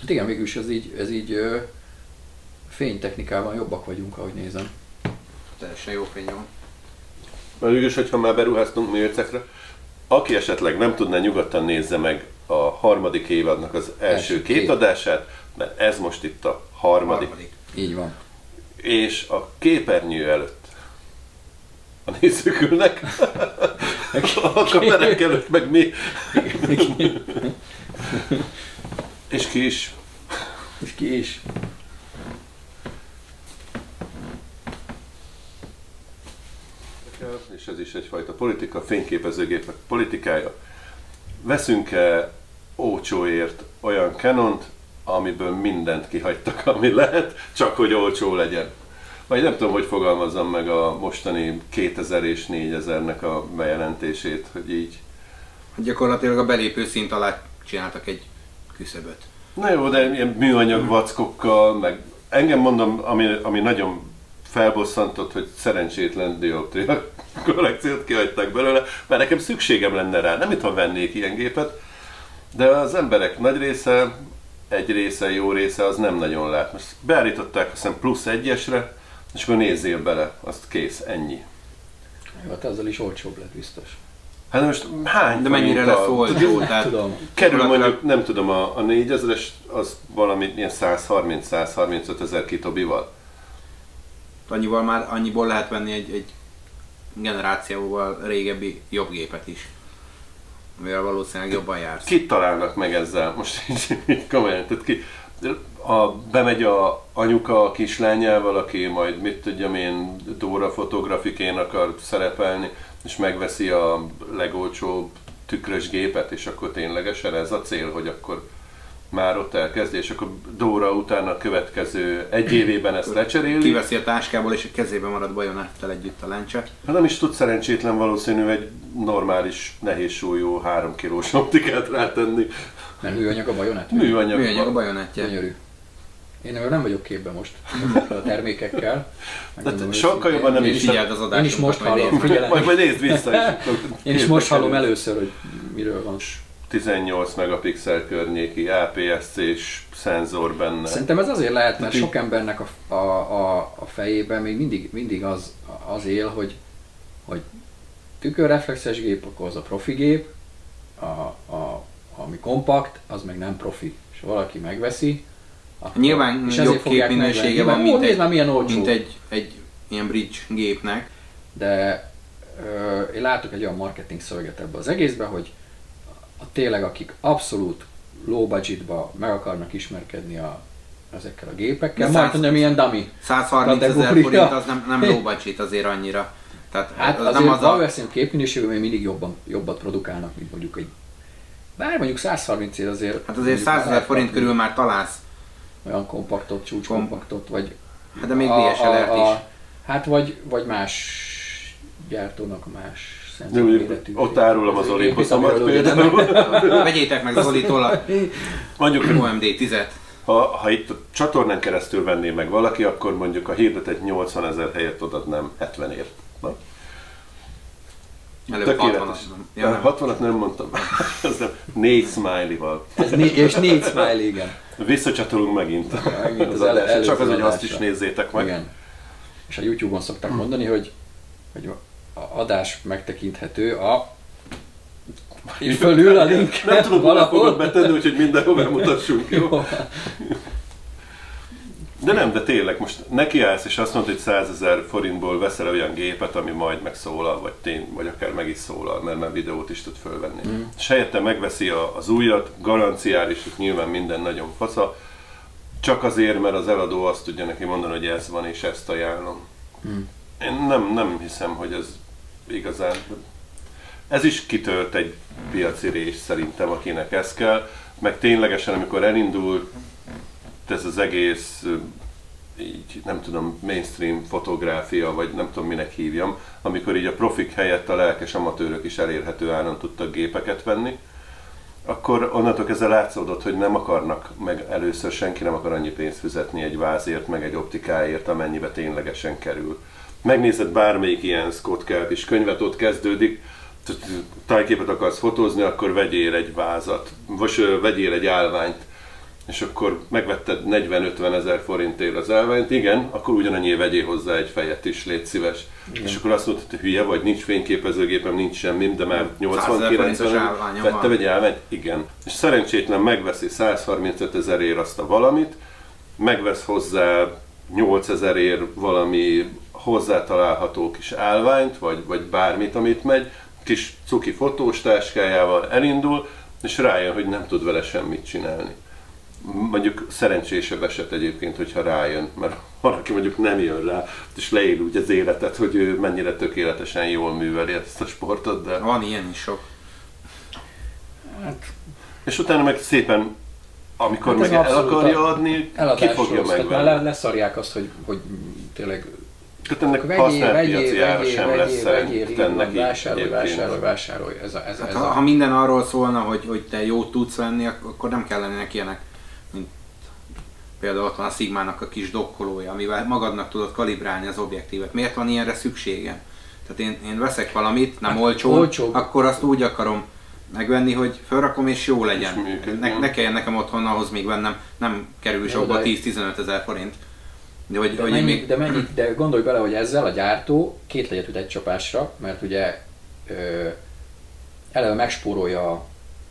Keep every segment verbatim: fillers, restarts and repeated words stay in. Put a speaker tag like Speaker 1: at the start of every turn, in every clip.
Speaker 1: Hát igen, végülis ez így, ez így ö, fénytechnikában jobbak vagyunk, ahogy nézem.
Speaker 2: Teljesen jó fény van.
Speaker 3: Végülis, hogyha már beruháztunk mércekre, aki esetleg nem tudná, nyugodtan nézze meg a harmadik évadnak az első, első két, két adását, mert ez most itt a harmadik. harmadik.
Speaker 1: Így van. És
Speaker 3: a képernyő előtt a nézők ülnek, a kamerák előtt meg mi. És ki is.
Speaker 1: És ki is.
Speaker 3: És ez is egyfajta politika, fényképezőgépek politikája. Veszünk-e olcsóért olyan Canont, amiből mindent kihagytak, ami lehet, csak hogy olcsó legyen. Vagy nem tudom, hogy fogalmazzam meg a mostani kétezer és négyezernek a bejelentését, hogy így.
Speaker 2: Gyakorlatilag a belépő szint alá csináltak egy küszöböt.
Speaker 3: Na jó, de ilyen műanyag vackokkal, meg engem mondom, ami, ami nagyon felbosszantott, hogy szerencsétlen dioptria korrekciót kihagytak belőle, mert nekem szükségem lenne rá, nem mintha vennék ilyen gépet, de az emberek nagy része, egy része, jó része az nem nagyon lát. Most beállították azt hiszem plusz egyesre, és akkor nézzél bele, azt kész, ennyi.
Speaker 1: Jó, hát azzal is olcsóbb lett biztos.
Speaker 3: Hát de most hány
Speaker 2: de mennyire lesz olcsó? Tehát
Speaker 1: tudom.
Speaker 3: Kerül mondjuk, nem tudom, a, a négyezeres az valami ilyen száz harminc száz harmincöt ezer kitobival.
Speaker 2: Annyival már, annyiból lehet venni egy, egy generációval régebbi jobb gépet is. Amivel valószínűleg jobban jársz.
Speaker 3: Kit találnak meg ezzel? Most így, így komolyan. Tehát ki, a, bemegy a anyuka a kislányával, aki majd mit tudjam én, Dóra fotografikén akar szerepelni, és megveszi a legolcsóbb tükrös gépet, és akkor ténylegesen ez a cél, hogy akkor már ott elkezdi, és akkor Dóra utána a következő egy évében ezt lecseréli.
Speaker 2: Kiveszi a táskából, és a kezében marad bajonettel együtt a lencse.
Speaker 3: Hát nem is tud szerencsétlen valószínű egy normális, nehéz súlyú, három kilós optikát rátenni.
Speaker 1: Mert műanyag a bajonett?
Speaker 3: Műanyag,
Speaker 2: műanyag a bajonettje.
Speaker 1: Gyönyörű. Én nem vagyok képben most a termékekkel.
Speaker 3: Sokkal jobban nem is
Speaker 2: figyeld az adásokat.
Speaker 1: Én is most hallom, figyelem.
Speaker 3: Majd, majd nézd vissza is.
Speaker 1: Én is most hallom először, hogy miről van.
Speaker 3: tizennyolc megapixel környéki á pé es cés szenzor benne.
Speaker 1: Szerintem ez azért lehet, mert sok embernek a, a, a, a fejében még mindig, mindig az, az él, hogy, hogy tükörreflexes gép, akkor az a profi gép, a, a, ami kompakt, az meg nem profi. És valaki megveszi, akkor,
Speaker 2: nyilván
Speaker 1: és
Speaker 2: jobb képminősége van, mint, egy, mint egy, egy ilyen bridge gépnek.
Speaker 1: De ö, én látok egy olyan marketing szöveget ebbe az egészben, hogy a tényleg akik abszolút low budgetba meg akarnak ismerkedni a, ezekkel a gépekkel, majd mondjam ilyen dummy
Speaker 2: száz harminc ezer forint az nem, nem low budget azért annyira. Tehát
Speaker 1: hát
Speaker 2: az
Speaker 1: azért
Speaker 2: nem az a...
Speaker 1: valószínűleg képminőségben még mindig jobban, jobbat produkálnak, mint mondjuk egy... Bár mondjuk száz harmincért azért...
Speaker 2: Hát azért százezer forint körül már találsz
Speaker 1: olyan kompaktot, csúcskompaktot, vagy...
Speaker 2: Hát de még dé es el er-t is.
Speaker 1: Hát vagy, vagy más gyártónak más szenzorméretű.
Speaker 3: Ott árulom az Olympusomat például.
Speaker 2: Vegyétek meg Zolitól a
Speaker 3: mondjuk
Speaker 2: o em dé tízet.
Speaker 3: Ha, ha itt a csatornán keresztül venné meg valaki, akkor mondjuk a hirdetett nyolcvan ezer helyet odadnám hetvenért. Na?
Speaker 2: Előbb hatvanat.
Speaker 3: Ja, nem. hatvanat nem mondtam. Ez nem. Négy smiley-val.
Speaker 1: Ez né- és négy smiley, igen.
Speaker 3: Visszacsatolunk megint.
Speaker 1: Ja, megint
Speaker 3: az
Speaker 1: az
Speaker 3: adás.
Speaker 1: el-
Speaker 3: Csak az, hogy
Speaker 1: adásra.
Speaker 3: azt is nézzétek meg.
Speaker 1: Igen. És a YouTube-on szokták mondani, hogy, hogy a adás megtekinthető a... Így fölül a link.
Speaker 3: Nem tudom, hol fogod betenni, úgyhogy mindenhol mutassunk, jó?
Speaker 1: Jó.
Speaker 3: De nem, de tényleg, most nekiállsz és azt mondod, hogy százezer forintból veszel olyan gépet, ami majd megszólal, vagy tény, vagy akár meg is szólal, mert már videót is tud fölvenni. Mm. És helyette megveszi a, az újat, garanciális, nyilván minden nagyon fasza, csak azért, mert az eladó azt tudja neki mondani, hogy ez van és ezt ajánlom. Mm. Én nem, nem hiszem, hogy ez igazán... Ez is kitölt egy piaci rés szerintem, akinek ez kell, meg ténylegesen, amikor elindult ez az egész, így nem tudom, mainstream fotográfia, vagy nem tudom minek hívjam, amikor így a profik helyett a lelkes amatőrök is elérhető áron tudtak gépeket venni, akkor onnantól kezdve látszódott, hogy nem akarnak, meg először senki nem akar annyi pénzt fizetni egy vázért, meg egy optikáért, amennyibe ténylegesen kerül. Megnézed bármelyik ilyen Scott Kelp könyvet, ott kezdődik, tájképet akarsz fotózni, akkor vegyél egy vázat, vagy vegyél egy állványt, és akkor megvetted negyven-ötven ezer forintért az állványt, igen, akkor ugyanannyi vegyél hozzá egy fejet is, légy szíves. Igen. És akkor azt mondtad, hogy hülye vagy, nincs fényképezőgépem, nincs semmi, de már nyolcvan-kilencven vettem egy állványt, igen. És szerencsétlen megveszi százharmincöt ezerért azt a valamit, megvesz hozzá nyolcezerért valami hozzátalálható kis állványt, vagy, vagy bármit, amit megy, kis cuki fotós táskájával elindul, és rájön, hogy nem tud vele semmit csinálni. Mondjuk szerencsésebb eset egyébként, hogyha rájön, mert van, aki mondjuk nem jön rá, és leél úgy az életet, hogy ő mennyire tökéletesen jól műveli ezt a sportot, de...
Speaker 2: Van ilyen is sok.
Speaker 3: Hát... És utána meg szépen, amikor hát meg el akarja adni, ki fogja megvenni.
Speaker 1: Le, leszarják azt, hogy, hogy tényleg...
Speaker 3: Tehát ennek használt piaci ára sem lesz szerintem neki.
Speaker 1: Vásárolj, vásárolj, vásárolj. Ez a, ez
Speaker 2: hát
Speaker 1: ez
Speaker 2: ha,
Speaker 1: a...
Speaker 2: ha minden arról szólna, hogy, hogy te jót tudsz venni, akkor nem kell lennének ilyenek. Mint például ott van a Sigmának a kis dokkolója, amivel magadnak tudod kalibrálni az objektívet. Miért van ilyenre szükségem? Tehát én, én veszek valamit, nem hát, olcsó, olcsóbb. Akkor azt úgy akarom megvenni, hogy felrakom és jó legyen. És ne, ne kelljen nekem otthon ahhoz még vennem, nem kerül sokba tíz-tizenöt ezer forint.
Speaker 1: De, hogy, de, hogy mennyi, még... de, mennyi, de gondolj bele, hogy ezzel a gyártó két legyet üt egy csapásra, mert ugye ö, eleve megspórolja a,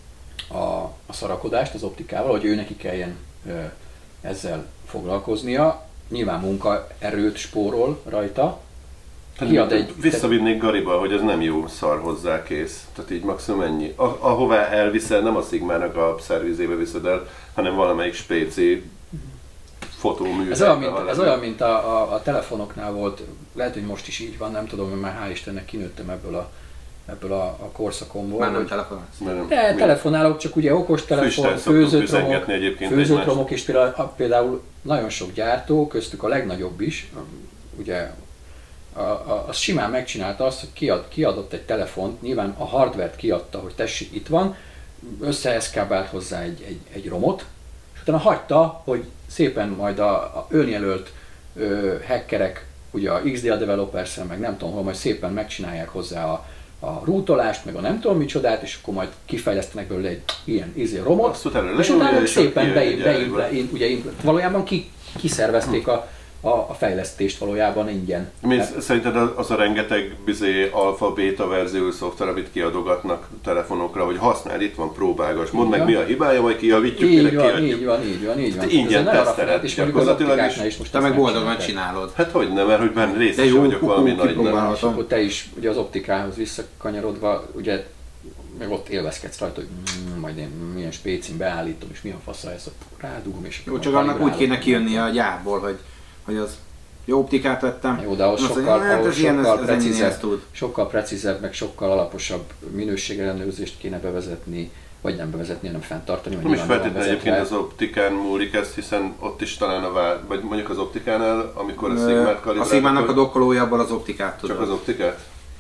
Speaker 1: a, a szarakodást az optikával, hogy ő neki kelljen ö, ezzel foglalkoznia. Nyilván munkaerőt spórol rajta.
Speaker 3: Kiad egy, visszavinnék Gariba, hogy ez nem jó szar hozzá kész. Tehát így maximum ennyi. A, ahová elviszel, nem a Sigmának a szervizébe viszed el, hanem valamelyik spéci fotóművel.
Speaker 1: Ez olyan, mint, ez olyan, mint a, a, a telefonoknál volt, lehet, hogy most is így van, nem tudom, mert már hál' Istennek kinőttem ebből a, ebből a, a korszakomból.
Speaker 2: Már nem telefonálsz?
Speaker 1: De telefonálok, csak ugye okostelefon, főzőtromok, főzőtromok és például, például nagyon sok gyártó, köztük a legnagyobb is, ugye a, a, az simán megcsinálta azt, hogy kiad, kiadott egy telefont, nyilván a hardware-t kiadta, hogy tessék, itt van, összeeszkábált hozzá egy, egy, egy romot, és utána hagyta, hogy szépen majd a, a önjelölt ö, hackerek, ugye a iksz dé el Developers-en, meg nem tudom hol, majd szépen megcsinálják hozzá a, a rútolást, meg a nem tudom micsodát, és akkor majd kifejlesztenek belőle egy ilyen izé romot, és utána, és utána szépen beimplantálják, ugye valójában ki, kiszervezték a A, a fejlesztést valójában ingyen.
Speaker 3: Mi szerinted az a rengeteg bizé alfa, beta verzió szoftver, amit kiadogatnak telefonokra, hogy használ, itt van, próbálgass, mondd meg mi a hibája, majd kijavítjuk,
Speaker 1: így van, kiadjuk. Így van, így van, így van.
Speaker 3: Ingyen teszteled,
Speaker 1: és mondjuk az optikáknál is most
Speaker 2: te meg boldogan csinálod.
Speaker 3: Hát hogy nem, mert hogy benne részes vagyok valami nagynak.
Speaker 1: És akkor te is ugye az optikához visszakanyarodva, ugye meg ott élvezkedsz rajta, hogy mm, majd én milyen spécin beállítom, és milyen faszra ezt rádugom, és
Speaker 2: jó, csak annak úgy kéne kijönnie a gyárból, hogy hogy az jó optikát vettem.
Speaker 1: Jó, de ahhoz sokkal, mondja, ahhoz sokkal, ez precízebb, sokkal precízebb, meg sokkal alaposabb minőségellenőrzést kéne bevezetni, vagy nem bevezetni, hanem fenntartani.
Speaker 3: Nem is feltétlenül egyébként az optikán múlik ez, hiszen ott is talán a vár, vagy mondjuk az optikánál, amikor a Sigmát kalibráltak.
Speaker 2: A Sigmának a dokkolójában az optikát tudod.
Speaker 3: Csak az optikát?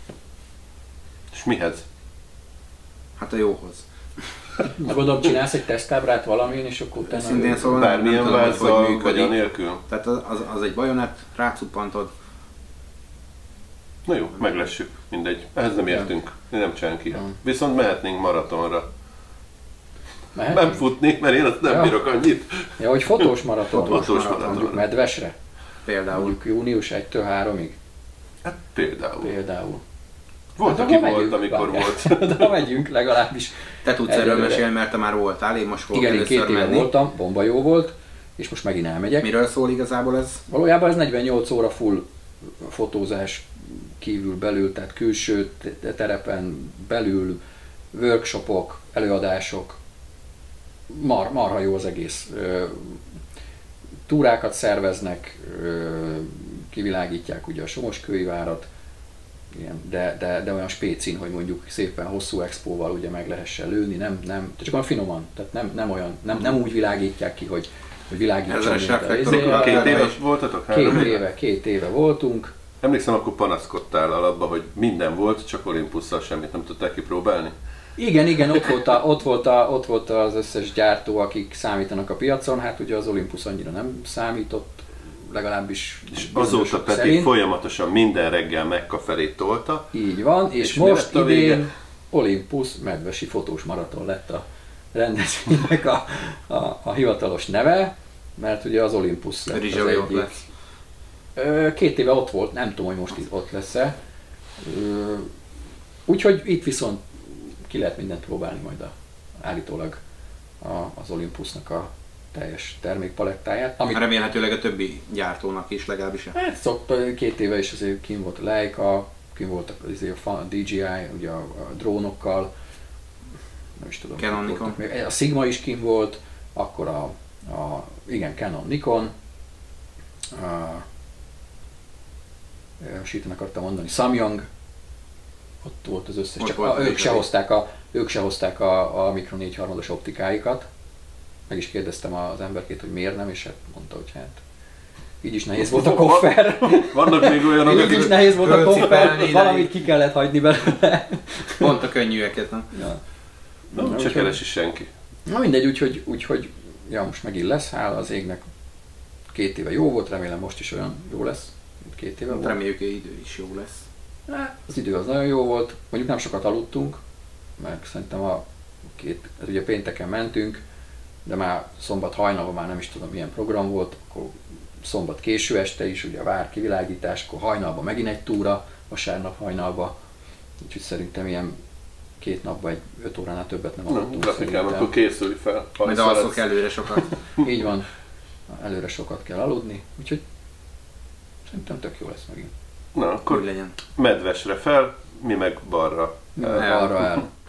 Speaker 3: És mihez?
Speaker 2: Hát a jóhoz.
Speaker 1: Gondolom, csinálsz egy tesztábrát valamin, és akkor utána...
Speaker 2: Szintén szóval
Speaker 3: bármilyen vázzal, vagy anélkül?
Speaker 2: Tehát az, az, az egy bajonett, rácuppantod.
Speaker 3: Na jó, meglessük, mindegy. Ehhez nem értünk, nem csinálunk ki. Viszont mehetnénk maratonra. Mehetnénk? Nem futni, mert én azt nem ja. bírok annyit.
Speaker 1: Ja, hogy fotós maraton.
Speaker 3: Fotós, fotós maraton.
Speaker 1: Mondjuk Medvesre?
Speaker 2: Például.
Speaker 1: Mondjuk június elsejétől háromig?
Speaker 3: Hát például.
Speaker 1: Például.
Speaker 3: Volt, hát, aki volt, megyünk, amikor volt.
Speaker 1: De ha megyünk legalábbis.
Speaker 2: Te tudsz erről mesélni, mert te már voltál, én most fogok
Speaker 1: igen,
Speaker 2: először
Speaker 1: két éve
Speaker 2: menni.
Speaker 1: voltam, bomba jó volt, és most megint elmegyek.
Speaker 2: Miről szól igazából ez?
Speaker 1: Valójában ez negyvennyolc óra full fotózás kívül belül, tehát külső terepen belül, workshopok, előadások, mar, marha jó az egész. Túrákat szerveznek, kivilágítják ugye a Somoskői várat, igen, de, de, de olyan spécin, hogy mondjuk szépen hosszú expóval ugye meg lehessen lőni, nem, nem, csak olyan finoman, tehát nem, nem olyan, nem, nem úgy világítják ki, hogy, hogy világítson, mint a
Speaker 3: izé. Két éve voltatok?
Speaker 1: Két éve, két éve voltunk.
Speaker 3: Emlékszem, akkor panaszkodtál alapba, hogy minden volt, csak Olympusszal semmit nem tudták kipróbálni?
Speaker 1: Igen, igen, ott volt, a, ott, volt a, ott volt az összes gyártó, akik számítanak a piacon, hát ugye az Olympus annyira nem számított, legalábbis
Speaker 3: és azóta pedig szerint. Folyamatosan minden reggel Mekka felé tolta.
Speaker 1: Így van, és, és most idén Olympus medvesi fotós maraton lett a, rendezvénynek a, a, a hivatalos neve, mert ugye az Olympus lett
Speaker 2: Rizsa
Speaker 1: az
Speaker 2: jó
Speaker 1: egyik.
Speaker 2: lesz.
Speaker 1: Ö, Két éve ott volt, nem tudom, hogy most itt ott lesz-e. Ö, Úgyhogy itt viszont ki lehet mindent próbálni majd a, állítólag a, az Olympusnak a teljes termékpalettáját. Amit,
Speaker 2: Remélhetőleg a többi gyártónak is legalábbis.
Speaker 1: hát szokta, két éve is azért kim volt a Leica, kim volt azért a dé jé i, ugye a, a drónokkal, nem is tudom.
Speaker 2: Canon, Nikon.
Speaker 1: Még. A Sigma is kim volt, akkor a, a igen, Canon, Nikon, a, most itt akartam mondani, Samyang, ott volt az összes,
Speaker 2: Ott
Speaker 1: csak
Speaker 2: volt
Speaker 1: a,
Speaker 2: az
Speaker 1: ők, se
Speaker 2: is.
Speaker 1: hozták a, ők se hozták a, a Micro négy harmados optikáikat. Meg is kérdeztem az emberkét, hogy miért nem, és hát mondta, hogy hát így is nehéz volt a koffer.
Speaker 3: Vannak még olyanok,
Speaker 1: Így is
Speaker 3: akik...
Speaker 1: nehéz volt a
Speaker 2: fölcipelni
Speaker 1: koffer,
Speaker 2: ide.
Speaker 1: valamit ki kellett hagyni belőle.
Speaker 2: Pont a könnyűeket, nem?
Speaker 1: Ja.
Speaker 3: Nem,
Speaker 1: Na,
Speaker 3: se
Speaker 1: úgyhogy-
Speaker 3: keresi senki.
Speaker 1: Na mindegy, úgyhogy, úgyhogy ja, most megint lesz, hála az égnek. Két éve jó volt, remélem most is olyan jó lesz, mint két éve volt.
Speaker 2: Reméljük, hogy idő is jó lesz.
Speaker 1: Hát, az idő az nagyon jó volt, mondjuk nem sokat aludtunk, meg szerintem a két, ez ugye pénteken mentünk, de már szombat hajnalban már nem is tudom milyen program volt, akkor szombat késő este is, ugye a vár kivilágítás, akkor hajnalban megint egy túra, vasárnap hajnalba, úgyhogy szerintem ilyen két napban egy öt óránál többet nem
Speaker 3: Na,
Speaker 1: aludtunk.
Speaker 3: grafikám,
Speaker 1: szerintem.
Speaker 3: akkor készülj fel.
Speaker 2: Majd
Speaker 3: Ha
Speaker 2: alszok
Speaker 3: szeretsz.
Speaker 2: előre sokat.
Speaker 1: Így van, előre sokat kell aludni, úgyhogy szerintem tök jó lesz megint.
Speaker 3: Na,
Speaker 2: Hogy
Speaker 3: akkor
Speaker 2: legyen.
Speaker 3: medvesre fel, mi meg balra.
Speaker 1: Arra el.